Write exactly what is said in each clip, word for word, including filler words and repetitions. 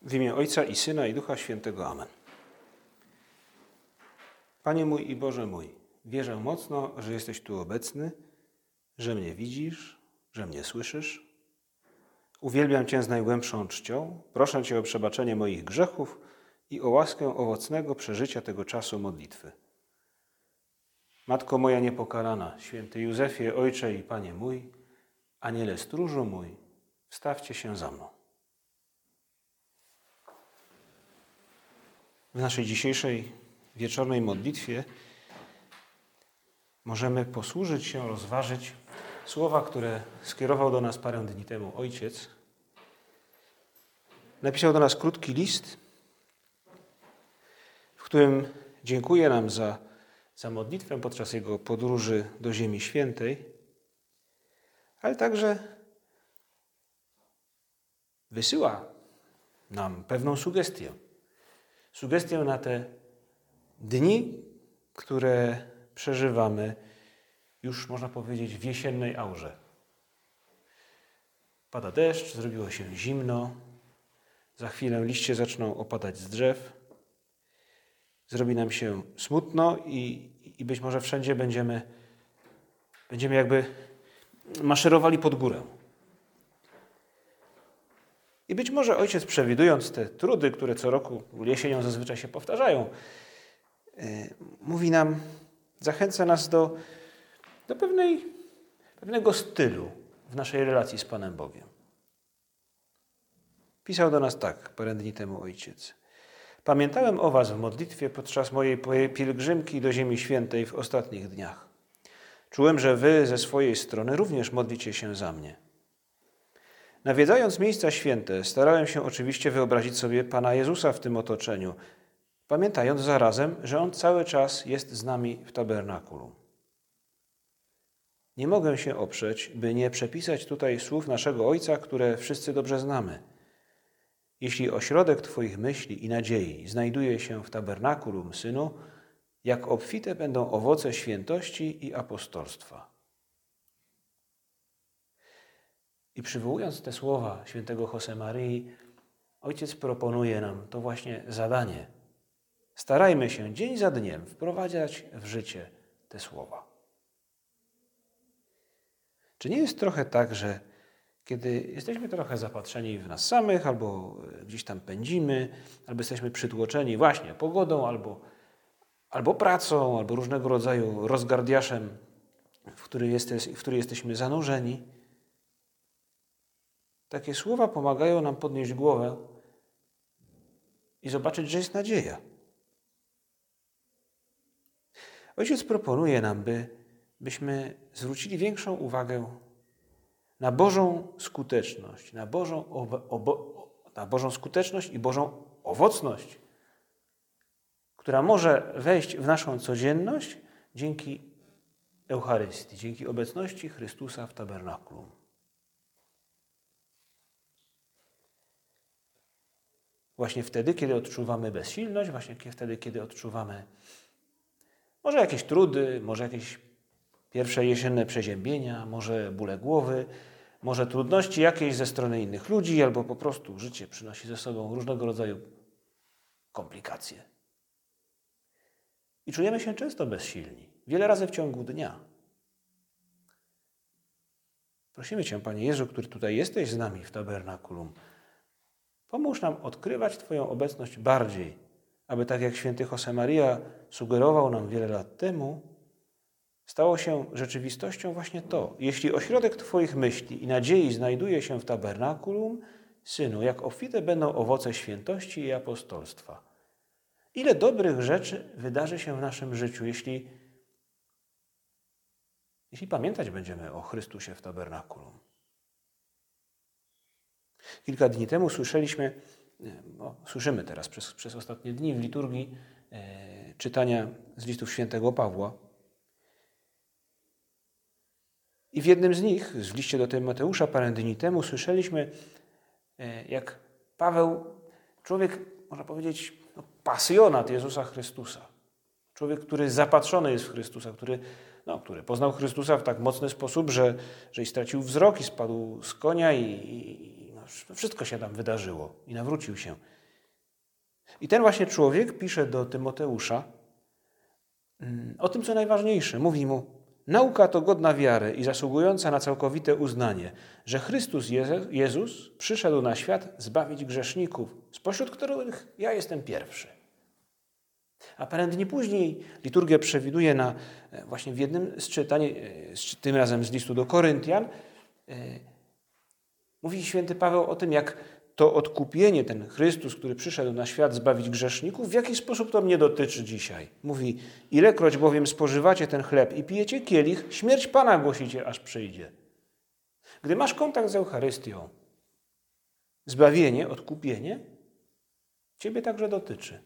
W imię Ojca i Syna i Ducha Świętego. Amen. Panie mój i Boże mój, wierzę mocno, że jesteś tu obecny, że mnie widzisz, że mnie słyszysz. Uwielbiam Cię z najgłębszą czcią, proszę Cię o przebaczenie moich grzechów i o łaskę owocnego przeżycia tego czasu modlitwy. Matko moja niepokalana, święty Józefie, Ojcze i Panie mój, Aniele stróżu mój, wstawcie się za mną. W naszej dzisiejszej wieczornej modlitwie możemy posłużyć się, rozważyć słowa, które skierował do nas parę dni temu Ojciec. Napisał do nas krótki list, w którym dziękuje nam za, za modlitwę podczas jego podróży do Ziemi Świętej, ale także wysyła nam pewną sugestię. Sugestię na te dni, które przeżywamy już, można powiedzieć, w jesiennej aurze. Pada deszcz, zrobiło się zimno, za chwilę liście zaczną opadać z drzew, zrobi nam się smutno i, i być może wszędzie będziemy, będziemy jakby maszerowali pod górę. I być może Ojciec, przewidując te trudy, które co roku jesienią zazwyczaj się powtarzają, mówi nam, zachęca nas do, do pewnej, pewnego stylu w naszej relacji z Panem Bogiem. Pisał do nas tak parę dni temu Ojciec. Pamiętałem o was w modlitwie podczas mojej pielgrzymki do Ziemi Świętej w ostatnich dniach. Czułem, że wy ze swojej strony również modlicie się za mnie. Nawiedzając miejsca święte, starałem się oczywiście wyobrazić sobie Pana Jezusa w tym otoczeniu, pamiętając zarazem, że On cały czas jest z nami w tabernakulum. Nie mogę się oprzeć, by nie przepisać tutaj słów naszego Ojca, które wszyscy dobrze znamy. Jeśli ośrodek Twoich myśli i nadziei znajduje się w tabernakulum, Synu, jak obfite będą owoce świętości i apostolstwa. I przywołując te słowa świętego Josemaryi, Ojciec proponuje nam to właśnie zadanie. Starajmy się dzień za dniem wprowadzać w życie te słowa. Czy nie jest trochę tak, że kiedy jesteśmy trochę zapatrzeni w nas samych, albo gdzieś tam pędzimy, albo jesteśmy przytłoczeni właśnie pogodą, albo, albo pracą, albo różnego rodzaju rozgardiaszem, w który, jesteś, w który jesteśmy zanurzeni, takie słowa pomagają nam podnieść głowę i zobaczyć, że jest nadzieja. Ojciec proponuje nam, by, byśmy zwrócili większą uwagę na Bożą skuteczność, na Bożą, owo, obo, na Bożą skuteczność i Bożą owocność, która może wejść w naszą codzienność dzięki Eucharystii, dzięki obecności Chrystusa w tabernakulum. Właśnie wtedy, kiedy odczuwamy bezsilność, właśnie wtedy, kiedy odczuwamy może jakieś trudy, może jakieś pierwsze jesienne przeziębienia, może bóle głowy, może trudności jakieś ze strony innych ludzi, albo po prostu życie przynosi ze sobą różnego rodzaju komplikacje. I czujemy się często bezsilni, wiele razy w ciągu dnia. Prosimy Cię, Panie Jezu, który tutaj jesteś z nami w tabernakulum, pomóż nam odkrywać Twoją obecność bardziej, aby tak jak święty Josemaria sugerował nam wiele lat temu, stało się rzeczywistością właśnie to. Jeśli ośrodek Twoich myśli i nadziei znajduje się w tabernakulum, Synu, jak obfite będą owoce świętości i apostolstwa. Ile dobrych rzeczy wydarzy się w naszym życiu, jeśli, jeśli pamiętać będziemy o Chrystusie w tabernakulum. Kilka dni temu słyszeliśmy, no, słyszymy teraz przez, przez ostatnie dni w liturgii e, czytania z listów świętego Pawła. I w jednym z nich, w liście do Tymoteusza parę dni temu, słyszeliśmy, e, jak Paweł, człowiek, można powiedzieć, no, pasjonat Jezusa Chrystusa. Człowiek, który zapatrzony jest w Chrystusa, który, no, który poznał Chrystusa w tak mocny sposób, że, że i stracił wzrok i spadł z konia i, i Wszystko się tam wydarzyło i nawrócił się. I ten właśnie człowiek pisze do Tymoteusza o tym, co najważniejsze. Mówi mu: nauka to godna wiary i zasługująca na całkowite uznanie, że Chrystus Jezus przyszedł na świat zbawić grzeszników, spośród których ja jestem pierwszy. A parę dni później liturgia przewiduje na właśnie w jednym z czytań, tym razem z listu do Koryntian, mówi święty Paweł o tym, jak to odkupienie, ten Chrystus, który przyszedł na świat zbawić grzeszników, w jaki sposób to mnie dotyczy dzisiaj. Mówi: ilekroć bowiem spożywacie ten chleb i pijecie kielich, śmierć Pana głosicie, aż przyjdzie. Gdy masz kontakt z Eucharystią, zbawienie, odkupienie ciebie także dotyczy.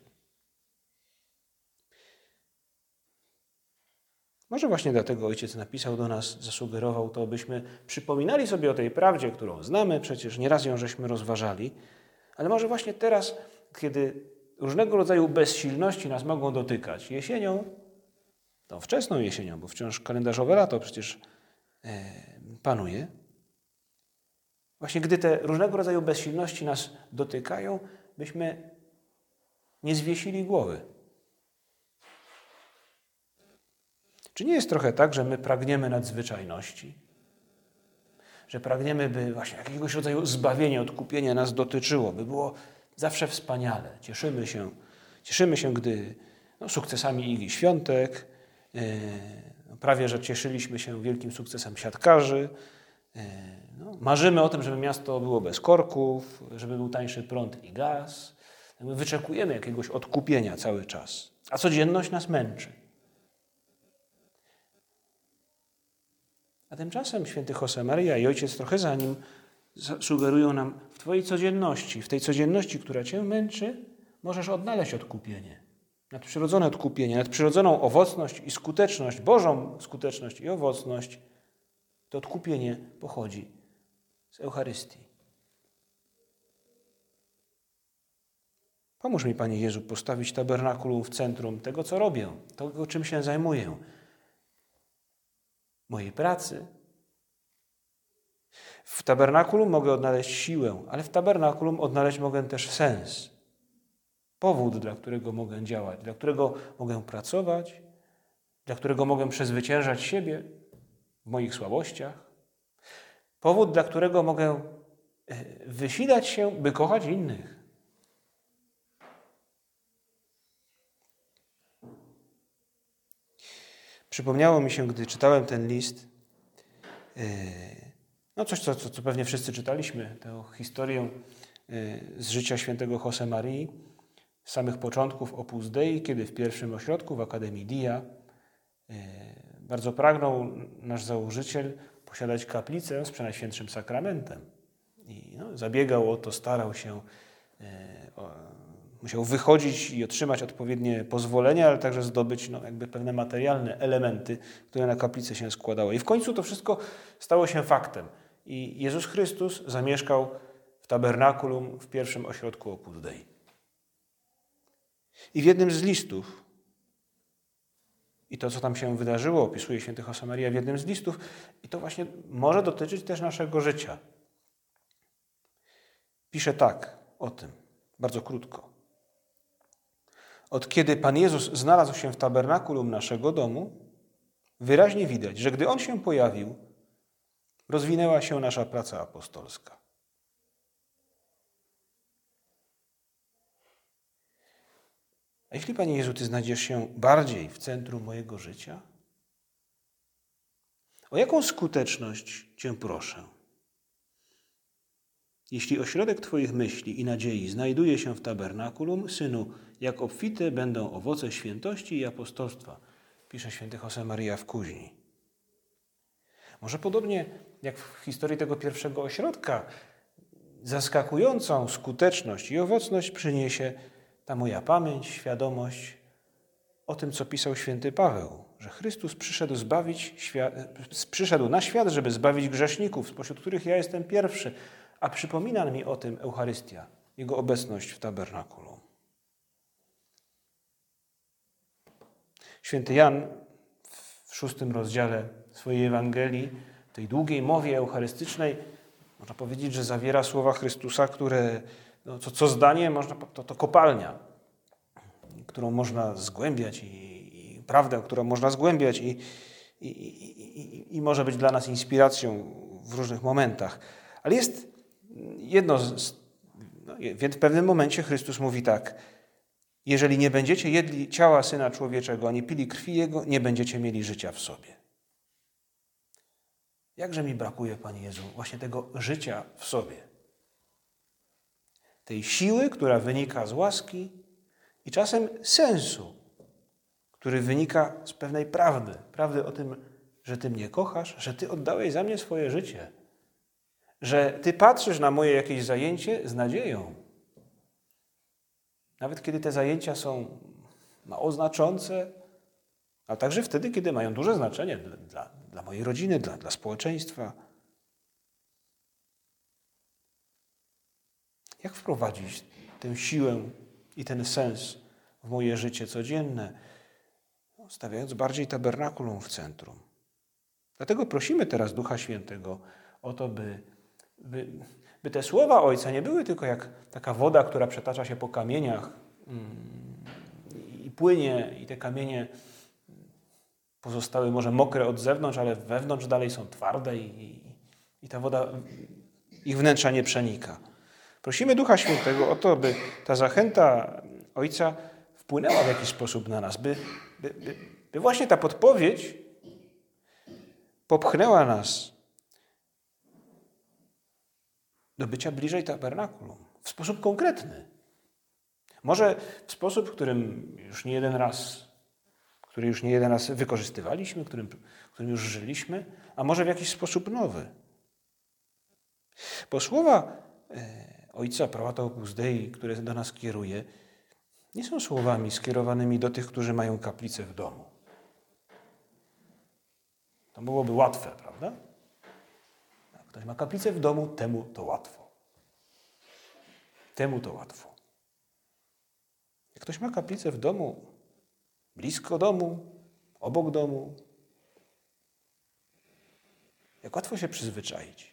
Może właśnie dlatego Ojciec napisał do nas, zasugerował to, byśmy przypominali sobie o tej prawdzie, którą znamy, przecież nieraz ją żeśmy rozważali, ale może właśnie teraz, kiedy różnego rodzaju bezsilności nas mogą dotykać, jesienią, tą wczesną jesienią, bo wciąż kalendarzowe lato przecież e, panuje, właśnie gdy te różnego rodzaju bezsilności nas dotykają, byśmy nie zwiesili głowy. Czy nie jest trochę tak, że my pragniemy nadzwyczajności? Że pragniemy, by właśnie jakiegoś rodzaju zbawienie, odkupienie nas dotyczyło, by było zawsze wspaniale. Cieszymy się, cieszymy się, gdy no, sukcesami Igi Świątek, yy, prawie że cieszyliśmy się wielkim sukcesem siatkarzy. Yy, no, marzymy o tym, żeby miasto było bez korków, żeby był tańszy prąd i gaz. My wyczekujemy jakiegoś odkupienia cały czas, a codzienność nas męczy. A tymczasem święty Josemaria i Ojciec trochę za nim sugerują nam: w twojej codzienności, w tej codzienności, która cię męczy, możesz odnaleźć odkupienie. Nadprzyrodzone odkupienie, nadprzyrodzoną owocność i skuteczność, Bożą skuteczność i owocność. To odkupienie pochodzi z Eucharystii. Pomóż mi, Panie Jezu, postawić tabernakulum w centrum tego, co robię, tego, czym się zajmuję. Mojej pracy. W tabernakulum mogę odnaleźć siłę, ale w tabernakulum odnaleźć mogę też sens. Powód, dla którego mogę działać, dla którego mogę pracować, dla którego mogę przezwyciężać siebie w moich słabościach. Powód, dla którego mogę wysilać się, by kochać innych. Przypomniało mi się, gdy czytałem ten list, no coś, co, co, co pewnie wszyscy czytaliśmy, tę historię z życia świętego Josemarii, z samych początków Opus Dei, kiedy w pierwszym ośrodku, w Akademii Dia, bardzo pragnął nasz założyciel posiadać kaplicę z Przenajświętszym Sakramentem. I no, zabiegał o to, starał się, o, musiał wychodzić i otrzymać odpowiednie pozwolenia, ale także zdobyć no, jakby pewne materialne elementy, które na kaplicę się składały. I w końcu to wszystko stało się faktem. I Jezus Chrystus zamieszkał w tabernakulum w pierwszym ośrodku Opus Dei. I w jednym z listów, i to, co tam się wydarzyło, opisuje święty Josemaria w jednym z listów, i to właśnie może dotyczyć też naszego życia. Pisze tak o tym, bardzo krótko. Od kiedy Pan Jezus znalazł się w tabernakulum naszego domu, wyraźnie widać, że gdy On się pojawił, rozwinęła się nasza praca apostolska. A jeśli, Panie Jezu, Ty znajdziesz się bardziej w centrum mojego życia, o jaką skuteczność Cię proszę? Jeśli ośrodek Twoich myśli i nadziei znajduje się w tabernakulum, Synu, jak obfite będą owoce świętości i apostolstwa, pisze święty Josemaria w Kuźni. Może podobnie jak w historii tego pierwszego ośrodka, zaskakującą skuteczność i owocność przyniesie ta moja pamięć, świadomość o tym, co pisał święty Paweł, że Chrystus przyszedł zbawić świat, przyszedł na świat, żeby zbawić grzeszników, spośród których ja jestem pierwszy, a przypomina mi o tym Eucharystia, Jego obecność w tabernakulum. Święty Jan w szóstym rozdziale swojej Ewangelii, w tej długiej mowie eucharystycznej, Można powiedzieć, że zawiera słowa Chrystusa, które no, co, co zdanie można, to, to kopalnia, którą można zgłębiać i, i prawdę, którą można zgłębiać i, i, i, i, i może być dla nas inspiracją w różnych momentach. Ale jest jedno, z, no, w pewnym momencie Chrystus mówi tak: jeżeli nie będziecie jedli ciała Syna Człowieczego, ani pili krwi Jego, nie będziecie mieli życia w sobie. Jakże mi brakuje, Panie Jezu, właśnie tego życia w sobie. Tej siły, która wynika z łaski i czasem sensu, który wynika z pewnej prawdy. Prawdy o tym, że Ty mnie kochasz, że Ty oddałeś za mnie swoje życie. Że Ty patrzysz na moje jakieś zajęcie z nadzieją. Nawet kiedy te zajęcia są mało znaczące, ale także wtedy, kiedy mają duże znaczenie dla, dla, dla mojej rodziny, dla, dla społeczeństwa. Jak wprowadzić tę siłę i ten sens w moje życie codzienne, stawiając bardziej tabernakulum w centrum? Dlatego prosimy teraz Ducha Świętego o to, by, by, by te słowa Ojca nie były tylko jak taka woda, która przetacza się po kamieniach i płynie, i te kamienie pozostały może mokre od zewnątrz, ale wewnątrz dalej są twarde i, i, i ta woda ich wnętrza nie przenika. Prosimy Ducha Świętego o to, by ta zachęta Ojca wpłynęła w jakiś sposób na nas, by, by, by, by właśnie ta podpowiedź popchnęła nas do bycia bliżej tabernakulum w sposób konkretny. Może w sposób, w którym już nie jeden raz, który już nie jeden raz wykorzystywaliśmy, którym, którym już żyliśmy, a może w jakiś sposób nowy. Bo słowa e, Ojca Prałata Opus Dei, które do nas kieruje, nie są słowami skierowanymi do tych, którzy mają kaplicę w domu. To byłoby łatwe, prawda? Jak ktoś ma kaplicę w domu, temu to łatwo. Temu to łatwo. Jak ktoś ma kaplicę w domu, blisko domu, obok domu, jak łatwo się przyzwyczaić.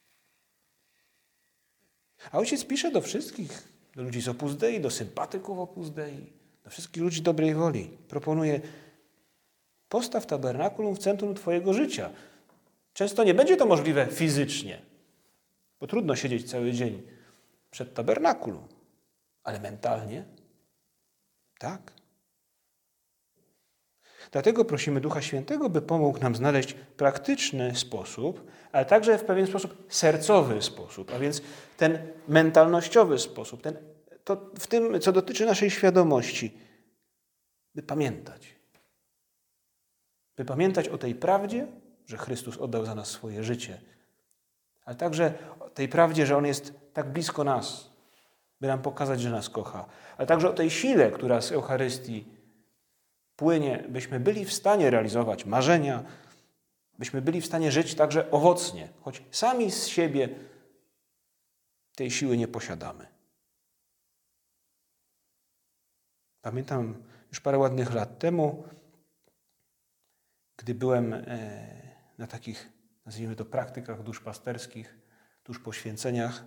A Ojciec pisze do wszystkich, do ludzi z Opus Dei, do sympatyków Opus Dei, do wszystkich ludzi dobrej woli. Proponuje: postaw tabernakulum w centrum Twojego życia. Często nie będzie to możliwe fizycznie, bo trudno siedzieć cały dzień przed tabernakulum, ale mentalnie tak. Dlatego prosimy Ducha Świętego, by pomógł nam znaleźć praktyczny sposób, ale także w pewien sposób sercowy sposób, a więc ten mentalnościowy sposób, ten, to w tym, co dotyczy naszej świadomości, by pamiętać. By pamiętać o tej prawdzie, że Chrystus oddał za nas swoje życie, ale także o tej prawdzie, że On jest tak blisko nas, by nam pokazać, że nas kocha, ale także o tej sile, która z Eucharystii płynie, byśmy byli w stanie realizować marzenia, byśmy byli w stanie żyć także owocnie, choć sami z siebie tej siły nie posiadamy. Pamiętam już parę ładnych lat temu, gdy byłem na takich, nazwijmy to, praktykach duszpasterskich, tuż po święceniach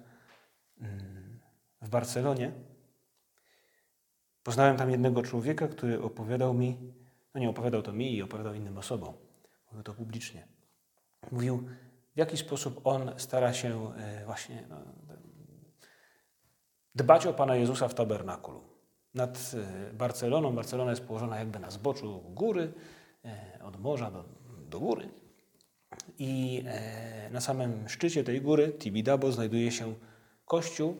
w Barcelonie, poznałem tam jednego człowieka, który opowiadał mi, no nie opowiadał to mi i opowiadał innym osobom, mówił to publicznie. Mówił, w jaki sposób on stara się właśnie no, dbać o Pana Jezusa w tabernakulum. Nad Barceloną, Barcelona jest położona jakby na zboczu góry, od morza do, do góry. I na samym szczycie tej góry, Tibidabo, znajduje się kościół,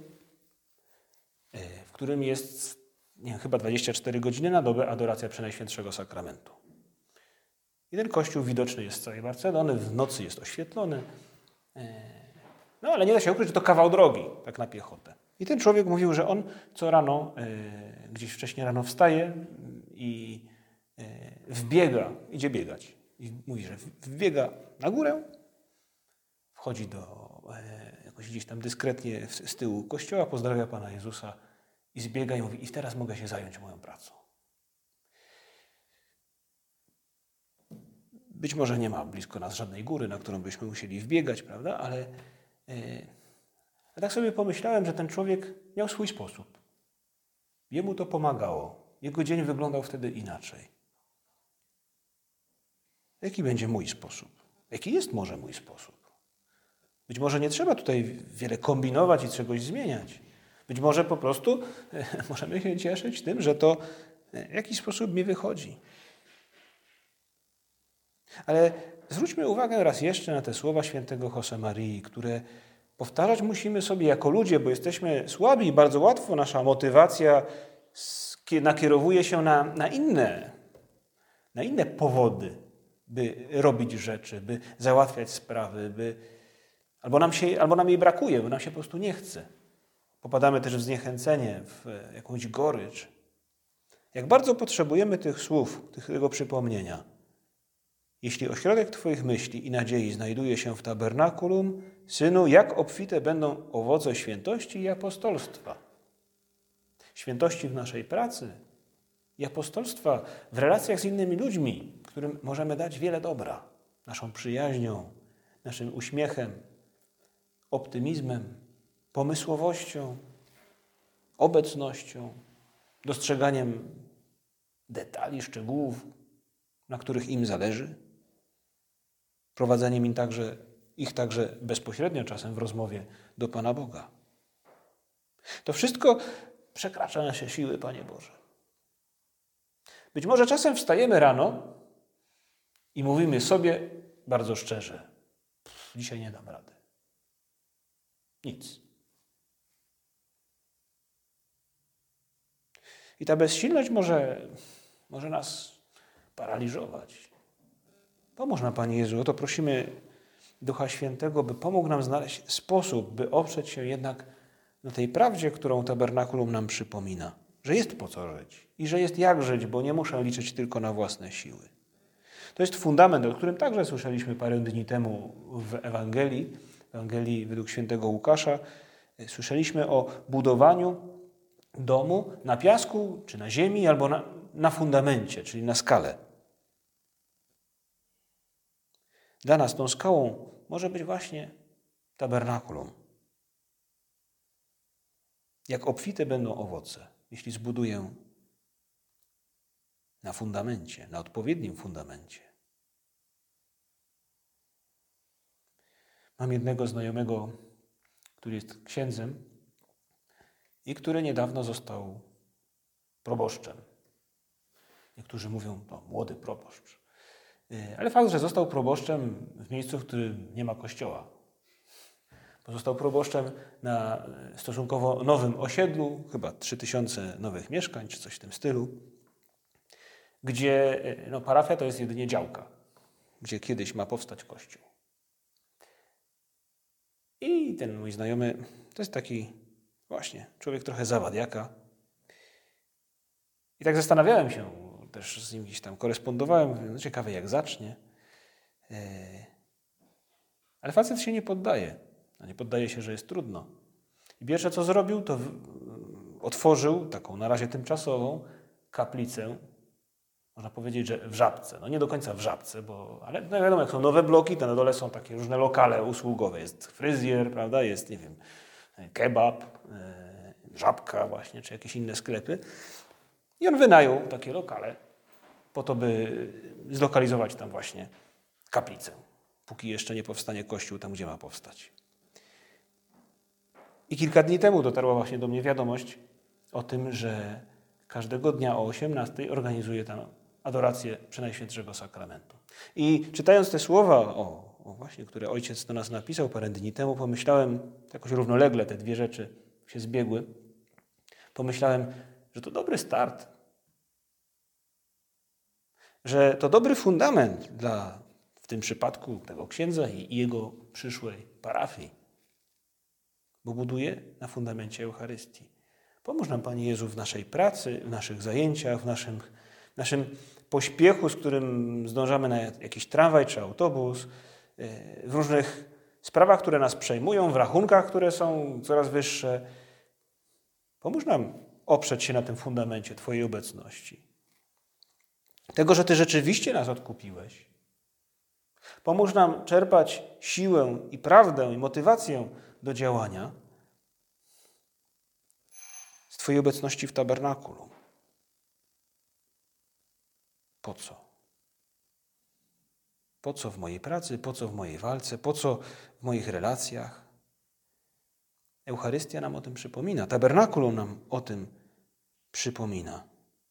w którym jest, nie wiem, chyba dwadzieścia cztery godziny na dobę adoracja Przenajświętszego Sakramentu. I ten kościół widoczny jest z całej Barcelony, w nocy jest oświetlony. No ale nie da się ukryć, że to kawał drogi, tak na piechotę. I ten człowiek mówił, że on co rano, gdzieś wcześniej rano wstaje i wbiega, idzie biegać. I mówi, że wbiega na górę, wchodzi do, jakoś gdzieś tam dyskretnie z tyłu kościoła, pozdrawia Pana Jezusa i zbiega i mówi, i teraz mogę się zająć moją pracą. Być może nie ma blisko nas żadnej góry, na którą byśmy musieli wbiegać, prawda? Ale Ja tak sobie pomyślałem, że ten człowiek miał swój sposób. Jemu to pomagało. Jego dzień wyglądał wtedy inaczej. Jaki będzie mój sposób? Jaki jest może mój sposób? Być może nie trzeba tutaj wiele kombinować i czegoś zmieniać. Być może po prostu możemy się cieszyć tym, że to w jakiś sposób mi wychodzi. Ale zwróćmy uwagę raz jeszcze na te słowa świętego Josemarii, które powtarzać musimy sobie jako ludzie, bo jesteśmy słabi i bardzo łatwo nasza motywacja nakierowuje się na, na inne, na inne powody, by robić rzeczy, by załatwiać sprawy, by albo nam się, albo nam jej brakuje, bo nam się po prostu nie chce. Popadamy też w zniechęcenie, w jakąś gorycz. Jak bardzo potrzebujemy tych słów, tego przypomnienia. Jeśli ośrodek Twoich myśli i nadziei znajduje się w tabernakulum, Synu, jak obfite będą owoce świętości i apostolstwa. Świętości w naszej pracy i apostolstwa w relacjach z innymi ludźmi, którym możemy dać wiele dobra. Naszą przyjaźnią, naszym uśmiechem, optymizmem, pomysłowością, obecnością, dostrzeganiem detali, szczegółów, na których im zależy, prowadzeniem im także, ich także bezpośrednio czasem w rozmowie do Pana Boga. To wszystko przekracza nasze siły, Panie Boże. Być może czasem wstajemy rano i mówimy sobie bardzo szczerze: dzisiaj nie dam rady. Nic. I ta bezsilność może, może nas paraliżować. Pomóż nam, Panie Jezu, o to prosimy Ducha Świętego, by pomógł nam znaleźć sposób, by oprzeć się jednak na tej prawdzie, którą tabernakulum nam przypomina, że jest po co żyć i że jest jak żyć, bo nie muszę liczyć tylko na własne siły. To jest fundament, o którym także słyszeliśmy parę dni temu w Ewangelii, w Ewangelii według świętego Łukasza. Słyszeliśmy o budowaniu domu na piasku, czy na ziemi, albo na, na fundamencie, czyli na skale. Dla nas tą skałą może być właśnie tabernakulum. Jak obfite będą owoce, jeśli zbuduję na fundamencie, na odpowiednim fundamencie. Mam jednego znajomego, który jest księdzem i który niedawno został proboszczem. Niektórzy mówią, to młody proboszcz. Ale fakt, że został proboszczem w miejscu, w którym nie ma kościoła. Bo został proboszczem na stosunkowo nowym osiedlu, chyba trzy tysiące nowych mieszkań, czy coś w tym stylu, gdzie no, parafia to jest jedynie działka, gdzie kiedyś ma powstać kościół. I ten mój znajomy to jest taki właśnie człowiek trochę zawadiaka. I tak zastanawiałem się, też z nim gdzieś tam korespondowałem, mówię, no ciekawe jak zacznie. Ale facet się nie poddaje. A nie poddaje się, że jest trudno. I pierwsze co zrobił, to otworzył taką na razie tymczasową kaplicę, można powiedzieć, że w Żabce. No nie do końca w Żabce, bo, ale no wiadomo, jak są nowe bloki, to na dole są takie różne lokale usługowe. Jest fryzjer, prawda, jest, nie wiem, kebab, Żabka właśnie, czy jakieś inne sklepy. I on wynajął takie lokale po to, by zlokalizować tam właśnie kaplicę, póki jeszcze nie powstanie kościół tam, gdzie ma powstać. I kilka dni temu dotarła właśnie do mnie wiadomość o tym, że każdego dnia o osiemnastej organizuje tam adorację Przenajświętszego Sakramentu. I czytając te słowa, o, o właśnie, które ojciec do nas napisał parę dni temu, pomyślałem, jakoś równolegle te dwie rzeczy się zbiegły, pomyślałem, że to dobry start, że to dobry fundament dla, w tym przypadku, tego księdza i jego przyszłej parafii, bo buduje na fundamencie Eucharystii. Pomóż nam, Panie Jezu, w naszej pracy, w naszych zajęciach, w naszym, naszym pośpiechu, z którym zdążamy na jakiś tramwaj czy autobus, w różnych sprawach, które nas przejmują, w rachunkach, które są coraz wyższe. Pomóż nam oprzeć się na tym fundamencie Twojej obecności. Tego, że Ty rzeczywiście nas odkupiłeś. Pomóż nam czerpać siłę i prawdę i motywację do działania z Twojej obecności w tabernakulum. Po co? Po co w mojej pracy? Po co w mojej walce? Po co w moich relacjach? Eucharystia nam o tym przypomina. Tabernakulum nam o tym przypomina.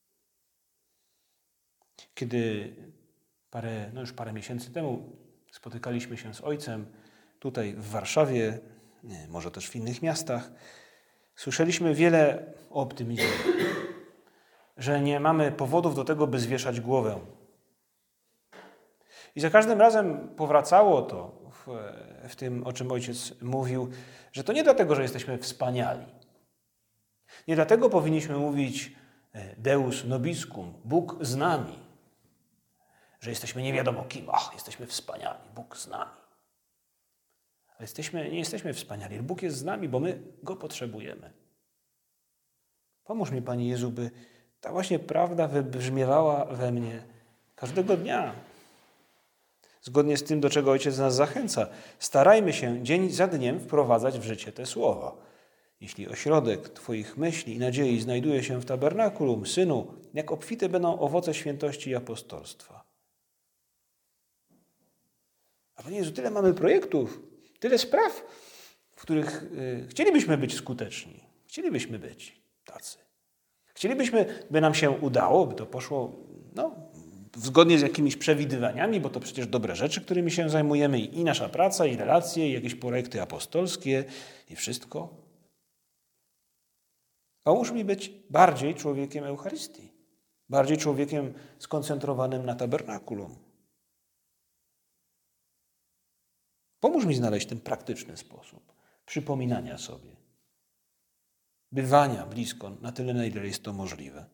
Kiedy parę, no już parę miesięcy temu spotykaliśmy się z ojcem tutaj w Warszawie, nie, może też w innych miastach, słyszeliśmy wiele o optymizmie, że nie mamy powodów do tego, by zwieszać głowę. I za każdym razem powracało to w, w tym, o czym ojciec mówił, że to nie dlatego, że jesteśmy wspaniali. Nie dlatego powinniśmy mówić Deus nobiscum, Bóg z nami, że jesteśmy nie wiadomo kim, ach, jesteśmy wspaniali, Bóg z nami. Ale jesteśmy, nie jesteśmy wspaniali, Bóg jest z nami, bo my Go potrzebujemy. Pomóż mi, Panie Jezu, by ta właśnie prawda wybrzmiewała we mnie każdego dnia. Zgodnie z tym, do czego Ojciec nas zachęca. Starajmy się dzień za dniem wprowadzać w życie te słowa. Jeśli ośrodek Twoich myśli i nadziei znajduje się w tabernakulum, Synu, jak obfite będą owoce świętości i apostolstwa. A Panie Jezu, tyle mamy projektów, tyle spraw, w których y, chcielibyśmy być skuteczni. Chcielibyśmy być tacy. Chcielibyśmy, by nam się udało, by to poszło no, zgodnie z jakimiś przewidywaniami, bo to przecież dobre rzeczy, którymi się zajmujemy, i nasza praca, i relacje, i jakieś projekty apostolskie, i wszystko. Pomóż mi być bardziej człowiekiem Eucharystii, bardziej człowiekiem skoncentrowanym na tabernakulum. Pomóż mi znaleźć ten praktyczny sposób przypominania sobie, bywania blisko na tyle, na ile jest to możliwe.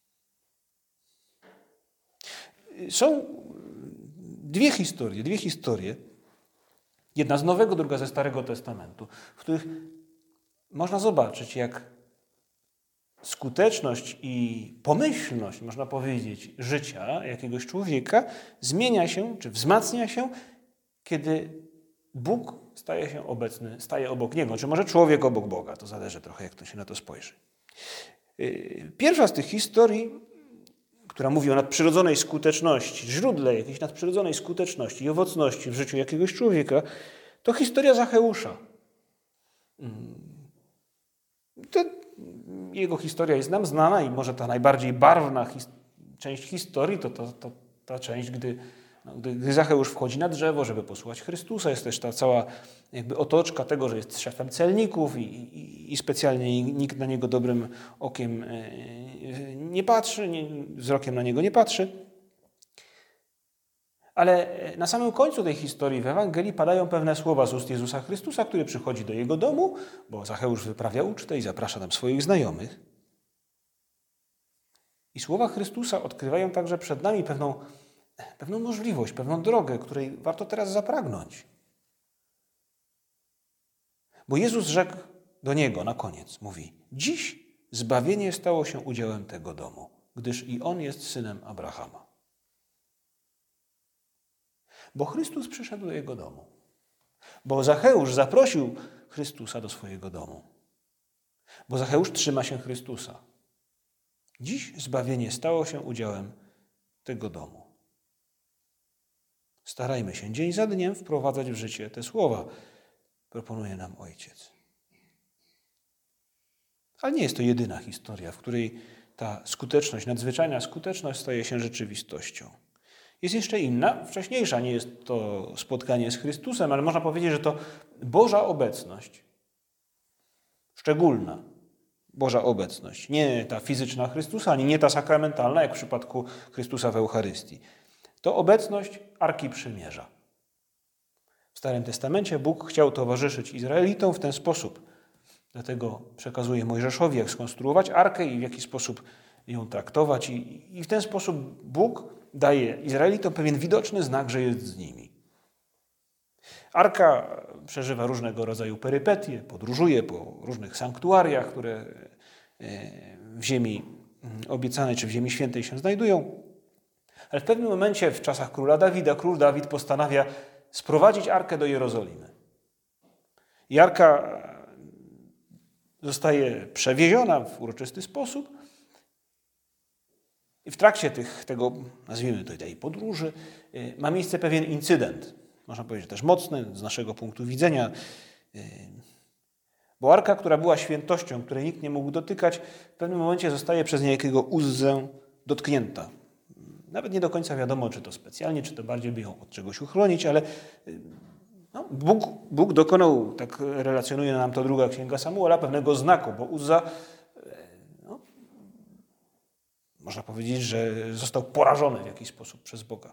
Są dwie historie, dwie historie, jedna z Nowego, druga ze Starego Testamentu, w których można zobaczyć, jak skuteczność i pomyślność, można powiedzieć, życia jakiegoś człowieka zmienia się, czy wzmacnia się, kiedy Bóg staje się obecny, staje obok niego, czy może człowiek obok Boga, to zależy trochę, jak to się na to spojrzy. Pierwsza z tych historii, która mówi o nadprzyrodzonej skuteczności, źródle jakiejś nadprzyrodzonej skuteczności i owocności w życiu jakiegoś człowieka, to historia Zacheusza. To jego historia jest nam znana i może ta najbardziej barwna his- część historii to, to, to ta część, gdy, no, gdy Zacheusz wchodzi na drzewo, żeby posłuchać Chrystusa. Jest też ta cała jakby otoczka tego, że jest szefem celników i, i, i specjalnie nikt na niego dobrym okiem nie patrzy, nie, wzrokiem na niego nie patrzy. Ale na samym końcu tej historii w Ewangelii padają pewne słowa z ust Jezusa Chrystusa, który przychodzi do jego domu, bo Zacheusz wyprawia ucztę i zaprasza tam swoich znajomych. I słowa Chrystusa odkrywają także przed nami pewną, pewną możliwość, pewną drogę, której warto teraz zapragnąć. Bo Jezus rzekł do niego na koniec, mówi: dziś zbawienie stało się udziałem tego domu, gdyż i on jest synem Abrahama. Bo Chrystus przyszedł do jego domu. Bo Zacheusz zaprosił Chrystusa do swojego domu. Bo Zacheusz trzyma się Chrystusa. Dziś zbawienie stało się udziałem tego domu. Starajmy się dzień za dniem wprowadzać w życie te słowa, proponuje nam Ojciec. Ale nie jest to jedyna historia, w której ta skuteczność, nadzwyczajna skuteczność staje się rzeczywistością. Jest jeszcze inna, wcześniejsza, nie jest to spotkanie z Chrystusem, ale można powiedzieć, że to Boża obecność. Szczególna Boża obecność. Nie ta fizyczna Chrystusa, ani nie ta sakramentalna, jak w przypadku Chrystusa w Eucharystii. To obecność Arki Przymierza. W Starym Testamencie Bóg chciał towarzyszyć Izraelitom w ten sposób. Dlatego przekazuje Mojżeszowi, jak skonstruować arkę i w jaki sposób ją traktować. I, i w ten sposób Bóg daje Izraelitom pewien widoczny znak, że jest z nimi. Arka przeżywa różnego rodzaju perypetie, podróżuje po różnych sanktuariach, które w ziemi obiecanej czy w ziemi świętej się znajdują. Ale w pewnym momencie w czasach króla Dawida, król Dawid postanawia sprowadzić Arkę do Jerozolimy. I Arka zostaje przewieziona w uroczysty sposób. I w trakcie tych, tego, nazwijmy to tej podróży, ma miejsce pewien incydent. Można powiedzieć też mocny z naszego punktu widzenia. Bo Arka, która była świętością, której nikt nie mógł dotykać, w pewnym momencie zostaje przez niejakiego Uzzę dotknięta. Nawet nie do końca wiadomo, czy to specjalnie, czy to bardziej by ją od czegoś uchronić, ale no, Bóg, Bóg dokonał, tak relacjonuje nam to druga księga Samuela, pewnego znaku, bo Uzza, no, można powiedzieć, że został porażony w jakiś sposób przez Boga.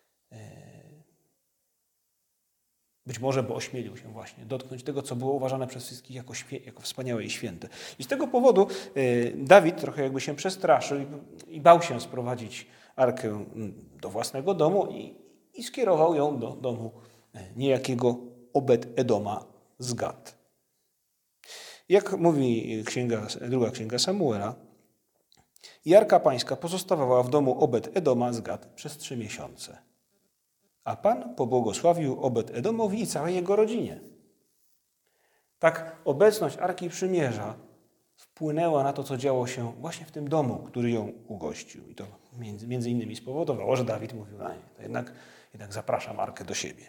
Być może, bo ośmielił się właśnie dotknąć tego, co było uważane przez wszystkich jako, świe- jako wspaniałe i święte. I z tego powodu Dawid trochę jakby się przestraszył i, i bał się sprowadzić Arkę do własnego domu i, i skierował ją do domu niejakiego Obed-Edoma z Gad. Jak mówi księga, druga księga Samuela, i Arka Pańska pozostawała w domu Obed-Edoma z Gad przez trzy miesiące. A Pan pobłogosławił Obed-Edomowi i całej jego rodzinie. Tak obecność Arki Przymierza wpłynęła na to, co działo się właśnie w tym domu, który ją ugościł. I to między, między innymi spowodowało, że Dawid mówił, a nie, to jednak, jednak zapraszam Arkę do siebie.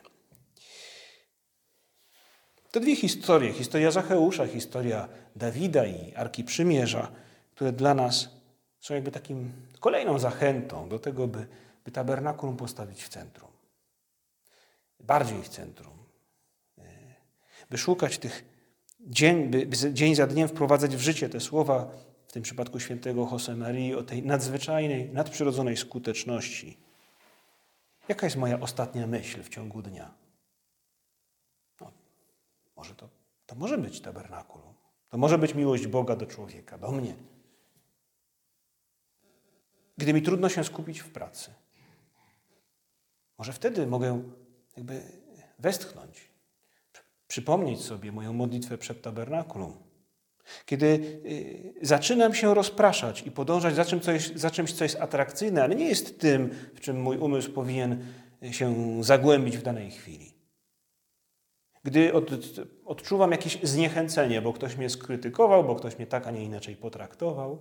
Te dwie historie, historia Zacheusza, historia Dawida i Arki Przymierza, które dla nas są jakby takim kolejną zachętą do tego, by, by tabernakulum postawić w centrum. Bardziej w centrum. By szukać tych dzień, by, by dzień za dniem wprowadzać w życie te słowa, w tym przypadku świętego Josemarii, o tej nadzwyczajnej, nadprzyrodzonej skuteczności. Jaka jest moja ostatnia myśl w ciągu dnia? No, może to, to może być tabernakulum. To może być miłość Boga do człowieka, do mnie. Gdy mi trudno się skupić w pracy, może wtedy mogę jakby westchnąć, przypomnieć sobie moją modlitwę przed tabernakulum. Kiedy y, zaczynam się rozpraszać i podążać za, czym, co jest, za czymś, co jest atrakcyjne, ale nie jest tym, w czym mój umysł powinien się zagłębić w danej chwili. Gdy od, odczuwam jakieś zniechęcenie, bo ktoś mnie skrytykował, bo ktoś mnie tak, a nie inaczej potraktował.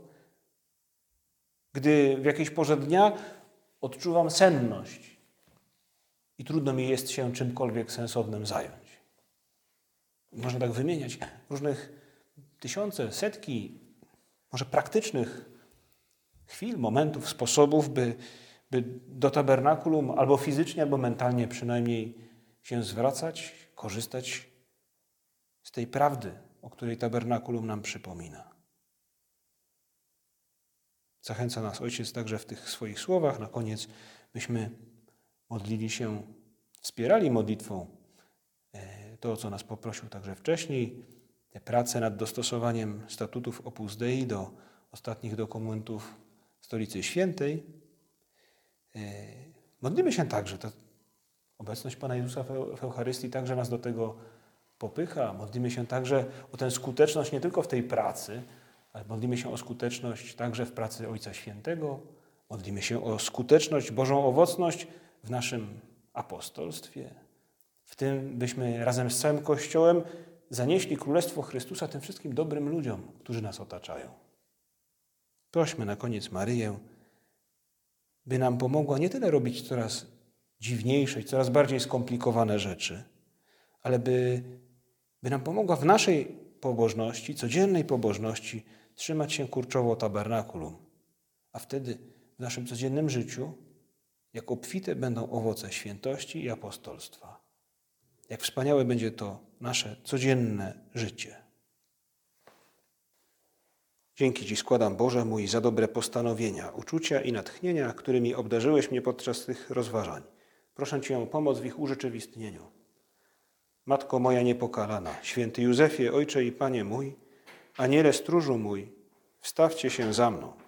Gdy w jakiejś porze dnia odczuwam senność i trudno mi jest się czymkolwiek sensownym zająć. Można tak wymieniać różnych tysiące, setki, może praktycznych chwil, momentów, sposobów, by, by do tabernakulum albo fizycznie, albo mentalnie przynajmniej się zwracać, korzystać z tej prawdy, o której tabernakulum nam przypomina. Zachęca nas Ojciec także w tych swoich słowach. Na koniec byśmy modlili się, wspierali modlitwą to, o co nas poprosił także wcześniej, te prace nad dostosowaniem statutów Opus Dei do ostatnich dokumentów Stolicy Świętej. Modlimy się także, ta obecność Pana Jezusa w Eucharystii także nas do tego popycha. Modlimy się także o tę skuteczność nie tylko w tej pracy, ale modlimy się o skuteczność także w pracy Ojca Świętego. Modlimy się o skuteczność, Bożą owocność w naszym apostolstwie. W tym, byśmy razem z całym Kościołem zanieśli Królestwo Chrystusa tym wszystkim dobrym ludziom, którzy nas otaczają. Prośmy na koniec Maryję, by nam pomogła nie tyle robić coraz dziwniejsze i coraz bardziej skomplikowane rzeczy, ale by, by nam pomogła w naszej pobożności, codziennej pobożności trzymać się kurczowo tabernakulum, a wtedy w naszym codziennym życiu jak obfite będą owoce świętości i apostolstwa. Jak wspaniałe będzie to nasze codzienne życie. Dzięki Ci składam, Boże mój, za dobre postanowienia, uczucia i natchnienia, którymi obdarzyłeś mnie podczas tych rozważań. Proszę Cię o pomoc w ich urzeczywistnieniu. Matko moja niepokalana, święty Józefie, Ojcze i Panie mój, Aniele stróżu mój, wstawcie się za mną.